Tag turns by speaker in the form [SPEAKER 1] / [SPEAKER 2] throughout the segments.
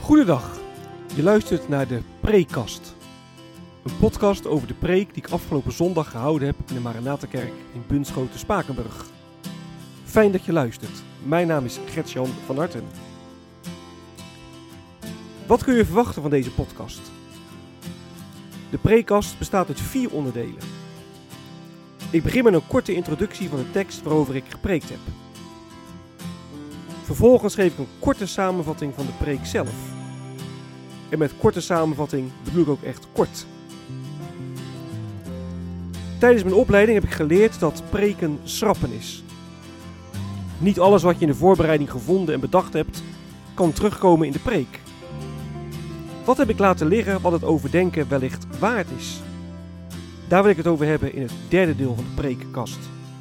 [SPEAKER 1] Goedendag, je luistert naar de Preekkast. Een podcast over de preek die ik afgelopen zondag gehouden heb in de Maranathakerk in Bunschoten-Spakenburg. Fijn dat je luistert. Mijn naam is Gert-Jan van Harten. Wat kun je verwachten van deze podcast? De Preekkast bestaat uit 4 onderdelen. Ik begin met een korte introductie van de tekst waarover ik gepreekt heb. Vervolgens geef ik een korte samenvatting van de preek zelf. En met korte samenvatting bedoel ik ook echt kort. Tijdens mijn opleiding heb ik geleerd dat preken schrappen is. Niet alles wat je in de voorbereiding gevonden en bedacht hebt, kan terugkomen in de preek. Wat heb ik laten liggen wat het overdenken wellicht waard is? Daar wil ik het over hebben in het derde deel van de preekkast.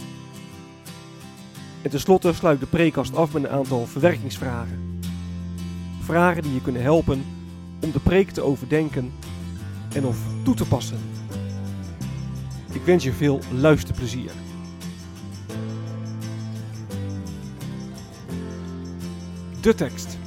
[SPEAKER 1] En tenslotte sluit ik de preekkast af met een aantal verwerkingsvragen. Vragen die je kunnen helpen om de preek te overdenken en of toe te passen. Ik wens je veel luisterplezier. De tekst.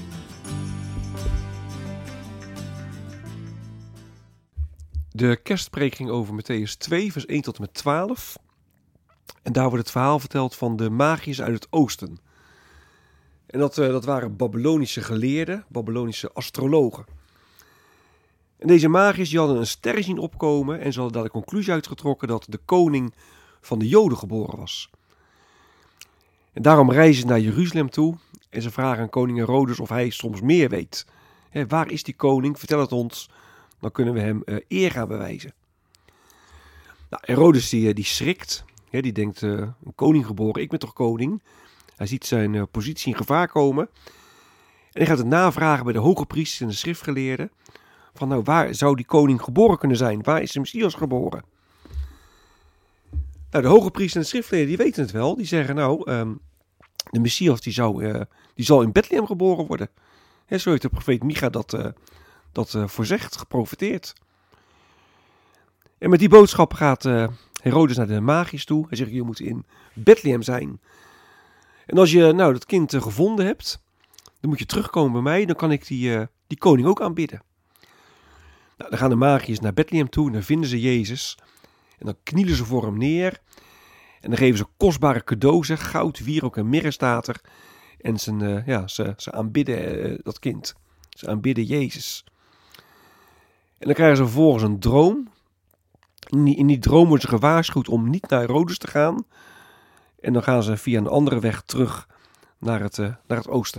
[SPEAKER 1] De kerstpreek ging over Mattheüs 2, vers 1 tot en met 12. En daar wordt het verhaal verteld van de magiërs uit het oosten. En dat waren Babylonische geleerden, Babylonische astrologen. En deze magiërs die hadden een ster zien opkomen en ze hadden daar de conclusie uitgetrokken dat de koning van de Joden geboren was. En daarom reizen ze naar Jeruzalem toe en ze vragen aan koning Herodes of hij soms meer weet. Waar is die koning? Vertel het ons, dan kunnen we hem eer gaan bewijzen. Nou, Herodes die schrikt, die denkt een koning geboren, ik ben toch koning? Hij ziet zijn positie in gevaar komen en hij gaat het navragen bij de hoge priesters en de schriftgeleerden. Van waar zou die koning geboren kunnen zijn? Waar is de Messias geboren? Nou, de hoge priester en de schriftgeleerden die weten het wel. Die zeggen de Messias die zal in Bethlehem geboren worden. Zo heeft de profeet Micha dat voorzegd, geprofeteerd. En met die boodschap gaat Herodes naar de magiërs toe. Hij zegt, je moet in Bethlehem zijn. En als je dat kind gevonden hebt, dan moet je terugkomen bij mij. Dan kan ik die koning ook aanbidden. Nou, dan gaan de magiërs naar Bethlehem toe en dan vinden ze Jezus. En dan knielen ze voor hem neer. En dan geven ze kostbare cadeaus, goud, wierook en mirre staat er. En ze aanbidden dat kind. Ze aanbidden Jezus. En dan krijgen ze vervolgens een droom. In die droom worden ze gewaarschuwd om niet naar Herodes te gaan. En dan gaan ze via een andere weg terug naar het oosten.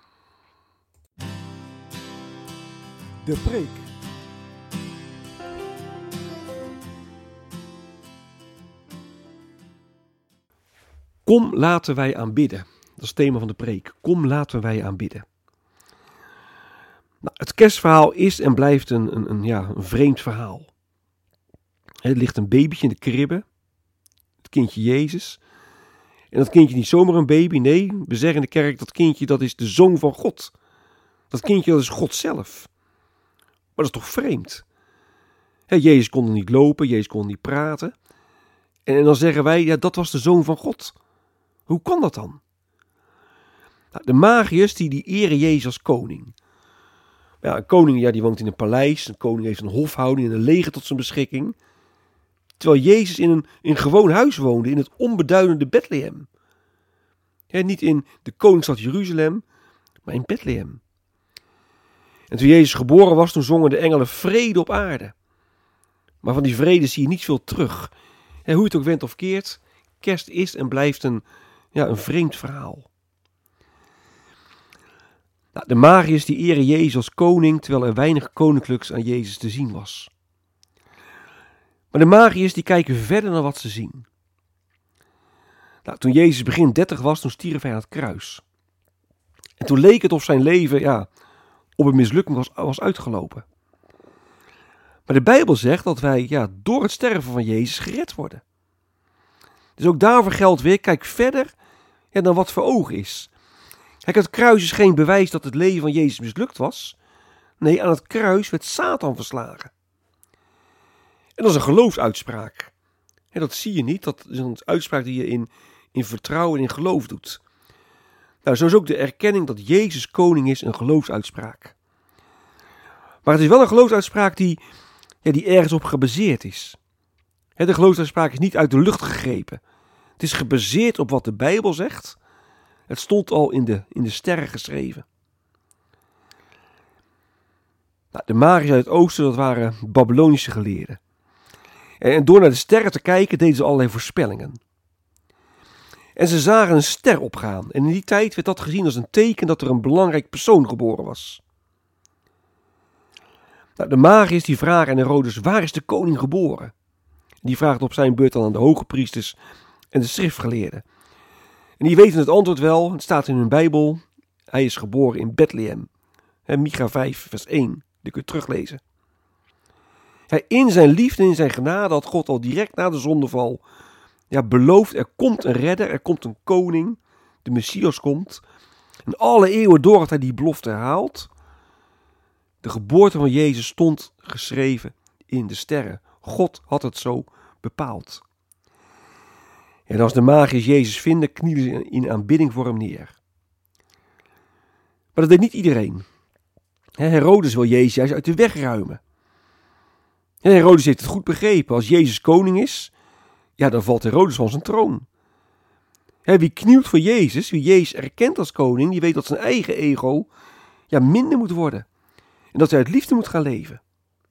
[SPEAKER 1] De preek. Kom, laten wij aanbidden. Dat is het thema van de preek. Kom, laten wij aanbidden. Nou, het kerstverhaal is en blijft een vreemd verhaal. Er ligt een babytje in de kribbe. Het kindje Jezus. En dat kindje niet zomaar een baby. Nee, we zeggen in de kerk dat kindje dat is de zoon van God. Dat kindje dat is God zelf. Maar dat is toch vreemd? Jezus kon er niet lopen. Jezus kon niet praten. En dan zeggen wij, dat was de zoon van God. Hoe kan dat dan? Nou, de magiërs die eren Jezus als koning. Ja, een koning die woont in een paleis. Een koning heeft een hofhouding en een leger tot zijn beschikking. Terwijl Jezus in een gewoon huis woonde, in het onbeduidende Bethlehem. Niet in de koningsstad Jeruzalem, maar in Bethlehem. En toen Jezus geboren was, toen zongen de engelen vrede op aarde. Maar van die vrede zie je niet veel terug. Hoe je het ook wendt of keert, kerst is en blijft een vreemd verhaal. Nou, de magiërs die eren Jezus als koning, terwijl er weinig koninklijks aan Jezus te zien was. Maar de magiërs die kijken verder naar wat ze zien. Nou, toen Jezus begin 30 was, toen stierf hij aan het kruis. En toen leek het of zijn leven op een mislukking was uitgelopen. Maar de Bijbel zegt dat wij door het sterven van Jezus gered worden. Dus ook daarvoor geldt weer, kijk verder dan wat voor ogen is. Kijk, het kruis is geen bewijs dat het leven van Jezus mislukt was. Nee, aan het kruis werd Satan verslagen. En dat is een geloofsuitspraak. En dat zie je niet, dat is een uitspraak die je in vertrouwen en in geloof doet. Nou, zo is ook de erkenning dat Jezus koning is een geloofsuitspraak. Maar het is wel een geloofsuitspraak die ergens op gebaseerd is. De geloofsuitspraak is niet uit de lucht gegrepen. Het is gebaseerd op wat de Bijbel zegt. Het stond al in de sterren geschreven. Nou, de magiërs uit het oosten, dat waren Babylonische geleerden. En door naar de sterren te kijken, deden ze allerlei voorspellingen. En ze zagen een ster opgaan. En in die tijd werd dat gezien als een teken dat er een belangrijk persoon geboren was. Nou, de magiërs die vragen aan Herodes, waar is de koning geboren? Die vraagt op zijn beurt dan aan de hoge priesters en de schriftgeleerden. En die weten het antwoord wel, het staat in hun Bijbel. Hij is geboren in Bethlehem. Micha 5 vers 1, die kun je teruglezen. In zijn liefde en in zijn genade had God al direct na de zondeval beloofd, er komt een redder, er komt een koning, de Messias komt. En alle eeuwen door had hij die belofte herhaald. De geboorte van Jezus stond geschreven in de sterren. God had het zo bepaald. En als de magiërs Jezus vinden, knielen ze in aanbidding voor hem neer. Maar dat deed niet iedereen. Herodes wil Jezus juist uit de weg ruimen. Herodes heeft het goed begrepen. Als Jezus koning is, dan valt Herodes van zijn troon. Wie knielt voor Jezus, wie Jezus erkent als koning, die weet dat zijn eigen ego minder moet worden. En dat hij uit liefde moet gaan leven.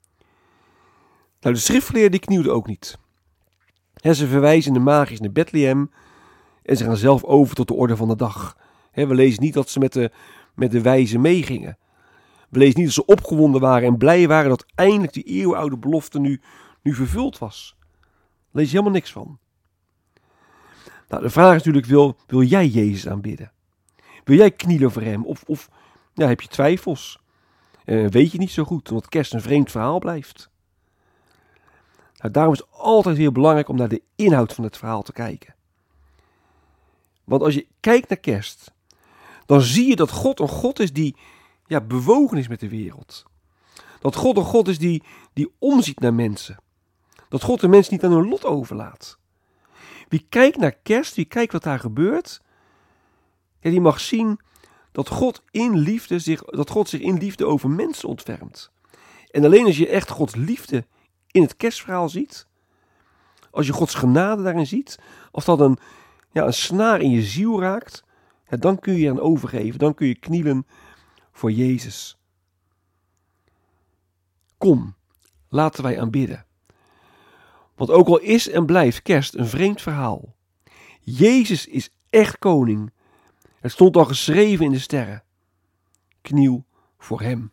[SPEAKER 1] Nou, de schriftgeleerden die knielden ook niet. Ze verwijzen de magiërs naar Bethlehem en ze gaan zelf over tot de orde van de dag. We lezen niet dat ze met de wijzen meegingen. We lezen niet dat ze opgewonden waren en blij waren dat eindelijk die eeuwenoude belofte nu vervuld was. Daar lees je helemaal niks van. Nou, de vraag is natuurlijk, wil jij Jezus aanbidden? Wil jij knielen voor hem? Of heb je twijfels? Weet je niet zo goed, omdat kerst een vreemd verhaal blijft. Nou, daarom is het altijd weer belangrijk om naar de inhoud van het verhaal te kijken. Want als je kijkt naar kerst, dan zie je dat God een God is die bewogen is met de wereld. Dat God een God is die omziet naar mensen. Dat God de mensen niet aan hun lot overlaat. Wie kijkt naar kerst, wie kijkt wat daar gebeurt, die mag zien dat God zich in liefde over mensen ontfermt. En alleen als je echt Gods liefde in het kerstverhaal ziet, als je Gods genade daarin ziet, als dat een snaar in je ziel raakt, dan kun je je aan overgeven, dan kun je knielen voor Jezus. Kom, laten wij aanbidden. Want ook al is en blijft kerst een vreemd verhaal, Jezus is echt koning. Het stond al geschreven in de sterren. Kniel voor hem.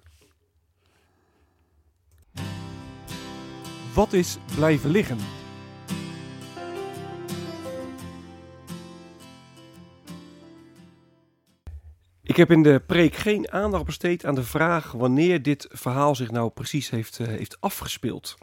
[SPEAKER 1] Wat is blijven liggen? Ik heb in de preek geen aandacht besteed aan de vraag wanneer dit verhaal zich nou precies heeft afgespeeld.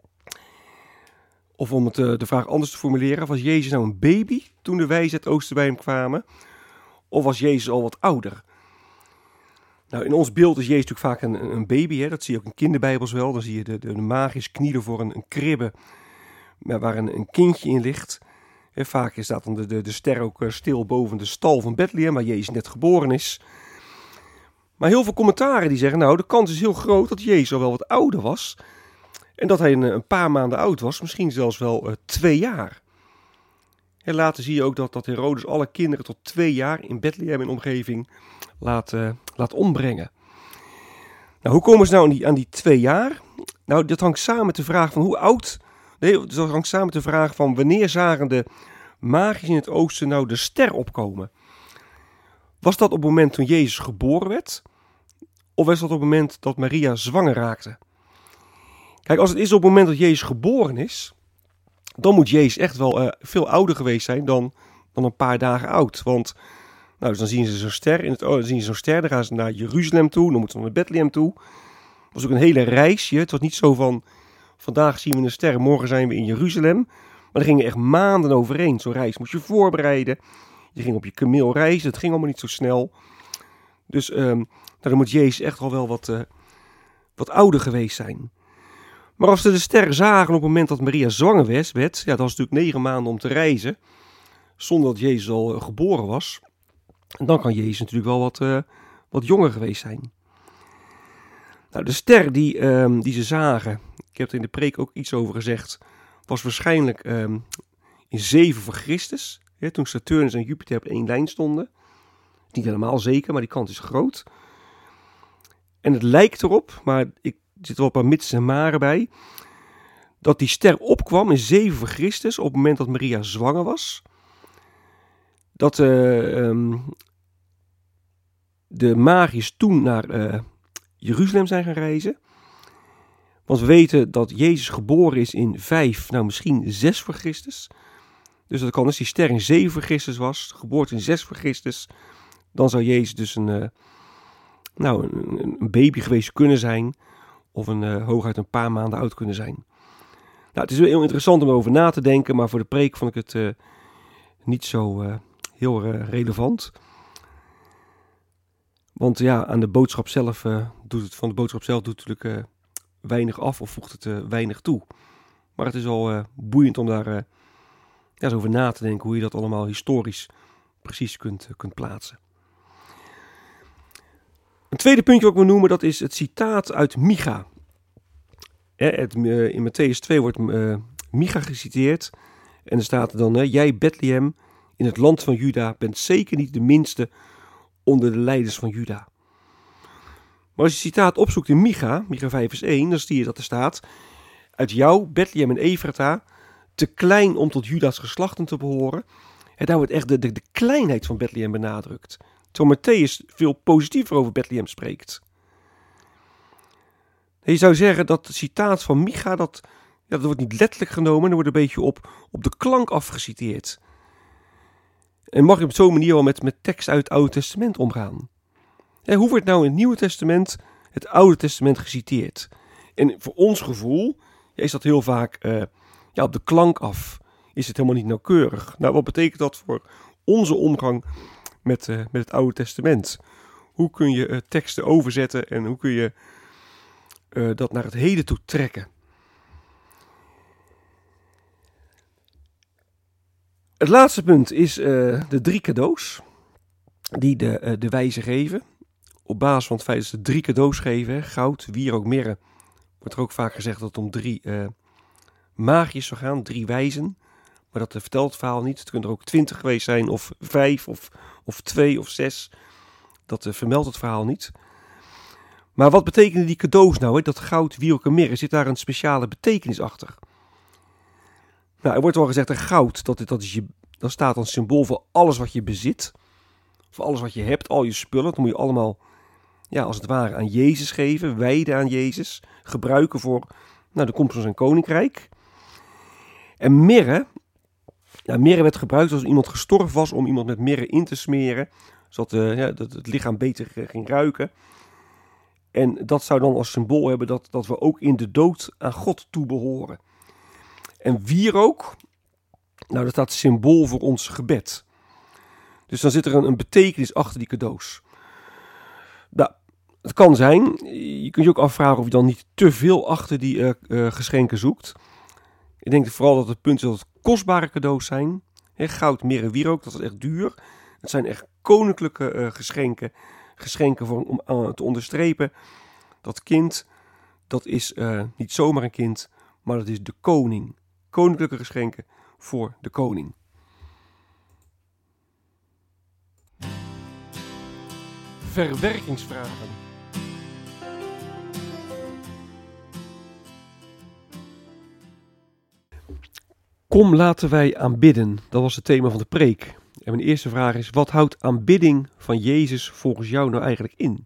[SPEAKER 1] Of om de vraag anders te formuleren, was Jezus nou een baby toen de wijzen uit het oosten bij hem kwamen? Of was Jezus al wat ouder? Nou, in ons beeld is Jezus natuurlijk vaak een baby. Dat zie je ook in kinderbijbels wel. Dan zie je de magiërs knielen voor een kribbe waar een kindje in ligt. Vaak staat dan de ster ook stil boven de stal van Bethlehem, waar Jezus net geboren is. Maar heel veel commentaren die zeggen, nou, de kans is heel groot dat Jezus al wel wat ouder was. En dat hij een paar maanden oud was, misschien zelfs wel 2 jaar. En later zie je ook dat Herodes alle kinderen tot 2 jaar in Bethlehem en omgeving laat ombrengen. Nou, hoe komen ze nou aan die 2 jaar? Nou, dat hangt samen met de vraag van hoe oud. Nee, dat hangt samen met de vraag van wanneer zagen de magiërs in het oosten nou de ster opkomen? Was dat op het moment toen Jezus geboren werd? Of was dat op het moment dat Maria zwanger raakte? Kijk, als het is op het moment dat Jezus geboren is, dan moet Jezus echt wel veel ouder geweest zijn dan een paar dagen oud. Want dus dan zien ze zo'n ster, dan gaan ze naar Jeruzalem toe, dan moeten ze naar Bethlehem toe. Het was ook een hele reisje. Het was niet zo van, vandaag zien we een ster, morgen zijn we in Jeruzalem. Maar er gingen echt maanden overheen. Zo'n reis moest je voorbereiden. Je ging op je kameel reizen, het ging allemaal niet zo snel. Dus dan moet Jezus echt al wel wat ouder geweest zijn. Maar als ze de ster zagen op het moment dat Maria zwanger werd, dat was natuurlijk 9 maanden om te reizen, zonder dat Jezus al geboren was. En dan kan Jezus natuurlijk wel wat jonger geweest zijn. Nou, de ster die ze zagen, ik heb er in de preek ook iets over gezegd, was waarschijnlijk in 7 voor Christus. Hè, toen Saturnus en Jupiter op één lijn stonden. Niet helemaal zeker, maar die kans is groot. En het lijkt erop, maar ik zit er wel een paar mits en maren bij, dat die ster opkwam in 7 voor Christus op het moment dat Maria zwanger was. Dat de magiërs toen naar Jeruzalem zijn gaan reizen. Want we weten dat Jezus geboren is in 5, nou misschien 6 voor Christus. Dus dat kan als die ster in 7 voor Christus was, geboorte in 6 voor Christus. Dan zou Jezus dus een baby geweest kunnen zijn. Of hooguit een paar maanden oud kunnen zijn. Nou, het is wel heel interessant om erover na te denken, maar voor de preek vond ik het niet zo heel relevant. Want ja, aan de boodschap zelf doet natuurlijk weinig af of voegt het weinig toe. Maar het is wel boeiend om daar eens over na te denken hoe je dat allemaal historisch precies kunt plaatsen. Een tweede puntje wat ik wil noemen, dat is het citaat uit Micha. In Mattheüs 2 wordt Micha geciteerd. En er staat er dan, jij Bethlehem in het land van Juda bent zeker niet de minste onder de leiders van Juda. Maar als je het citaat opzoekt in Micha 5 vers 1, dan zie je dat er staat, uit jou, Bethlehem en Efrata, te klein om tot Juda's geslachten te behoren. En daar wordt echt de kleinheid van Bethlehem benadrukt. Terwijl Mattheüs veel positiever over Bethlehem spreekt. Je zou zeggen dat het citaat van Micha, dat wordt niet letterlijk genomen, er wordt een beetje op de klank afgeciteerd. En mag je op zo'n manier wel met tekst uit het Oude Testament omgaan? Hoe wordt nou in het Nieuwe Testament het Oude Testament geciteerd? En voor ons gevoel is dat heel vaak op de klank af. Is het helemaal niet nauwkeurig. Nou, wat betekent dat voor onze omgang met het Oude Testament? Hoe kun je teksten overzetten en hoe kun je dat naar het heden toe trekken? Het laatste punt is de 3 cadeaus die de wijzen geven. Op basis van het feit dat ze 3 cadeaus geven, goud, wierook, mirre, wordt er ook vaak gezegd dat het om 3 magiërs zou gaan, 3 wijzen. Maar dat vertelt het verhaal niet. Het kunnen er ook 20 geweest zijn, of 5, of 2, of 6. Dat vermeldt het verhaal niet. Maar wat betekenen die cadeaus nou? Dat goud, wierook en mirre, zit daar een speciale betekenis achter? Nou, er wordt wel gezegd dat goud, dat staat als symbool voor alles wat je bezit. Voor alles wat je hebt, al je spullen. Dat moet je allemaal, als het ware, aan Jezus geven. Wijden aan Jezus. Gebruiken voor de komst van zijn koninkrijk. En mirre. Mirre werd gebruikt als iemand gestorven was om iemand met mirre in te smeren. Zodat het lichaam beter ging ruiken. En dat zou dan als symbool hebben dat we ook in de dood aan God toebehoren. En wierook, dat staat symbool voor ons gebed. Dus dan zit er een betekenis achter die cadeaus. Nou, het kan zijn, je kunt je ook afvragen of je dan niet te veel achter die geschenken zoekt. Ik denk vooral dat het punt is dat het kostbare cadeaus zijn. Goud, mirre, wierook, dat is echt duur. Het zijn echt koninklijke geschenken. Geschenken om te onderstrepen. Dat kind, dat is niet zomaar een kind, maar dat is de koning. Koninklijke geschenken voor de koning. Verwerkingsvragen. Kom, laten wij aanbidden. Dat was het thema van de preek. En mijn eerste vraag is, wat houdt aanbidding van Jezus volgens jou nou eigenlijk in?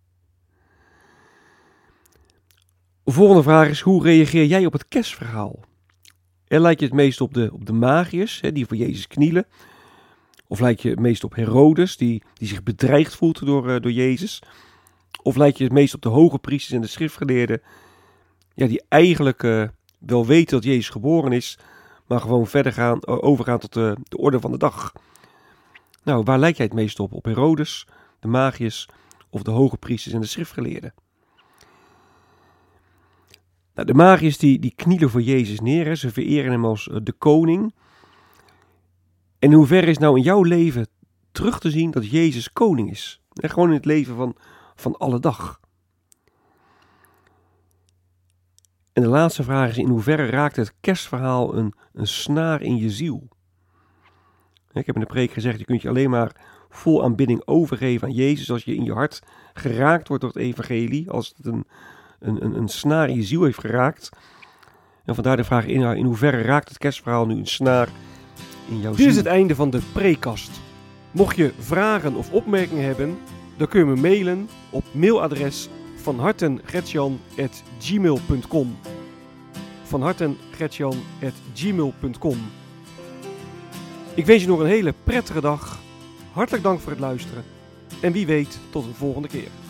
[SPEAKER 1] De volgende vraag is, hoe reageer jij op het kerstverhaal? Lijkt je het meest op de magiërs, die voor Jezus knielen? Of lijkt je het meest op Herodes, die zich bedreigd voelt door Jezus? Of lijkt je het meest op de hoge priesters en de schriftgeleerden, die eigenlijk wel weten dat Jezus geboren is, maar gewoon overgaan tot de orde van de dag? Nou, waar lijkt jij het meest op? Op Herodes, de magiërs of de hoge priesters en de schriftgeleerden? Nou, de magiërs die knielen voor Jezus neer. Ze vereren hem als de koning. En in hoeverre is nou in jouw leven terug te zien dat Jezus koning is? En gewoon in het leven van alle dag. En de laatste vraag is: in hoeverre raakt het kerstverhaal een snaar in je ziel? Ik heb in de preek gezegd, je kunt je alleen maar vol aanbidding overgeven aan Jezus als je in je hart geraakt wordt door het evangelie, als het een snaar in je ziel heeft geraakt. En vandaar de vraag: in hoeverre raakt het kerstverhaal nu een snaar in jouw ziel?
[SPEAKER 2] Dit is het einde van de preekkast. Mocht je vragen of opmerkingen hebben, dan kun je me mailen op mailadres vanhartengertjan@gmail.com. vanhartengertjan@gmail.com. Ik wens je nog een hele prettige dag. Hartelijk dank voor het luisteren. En wie weet, tot een volgende keer.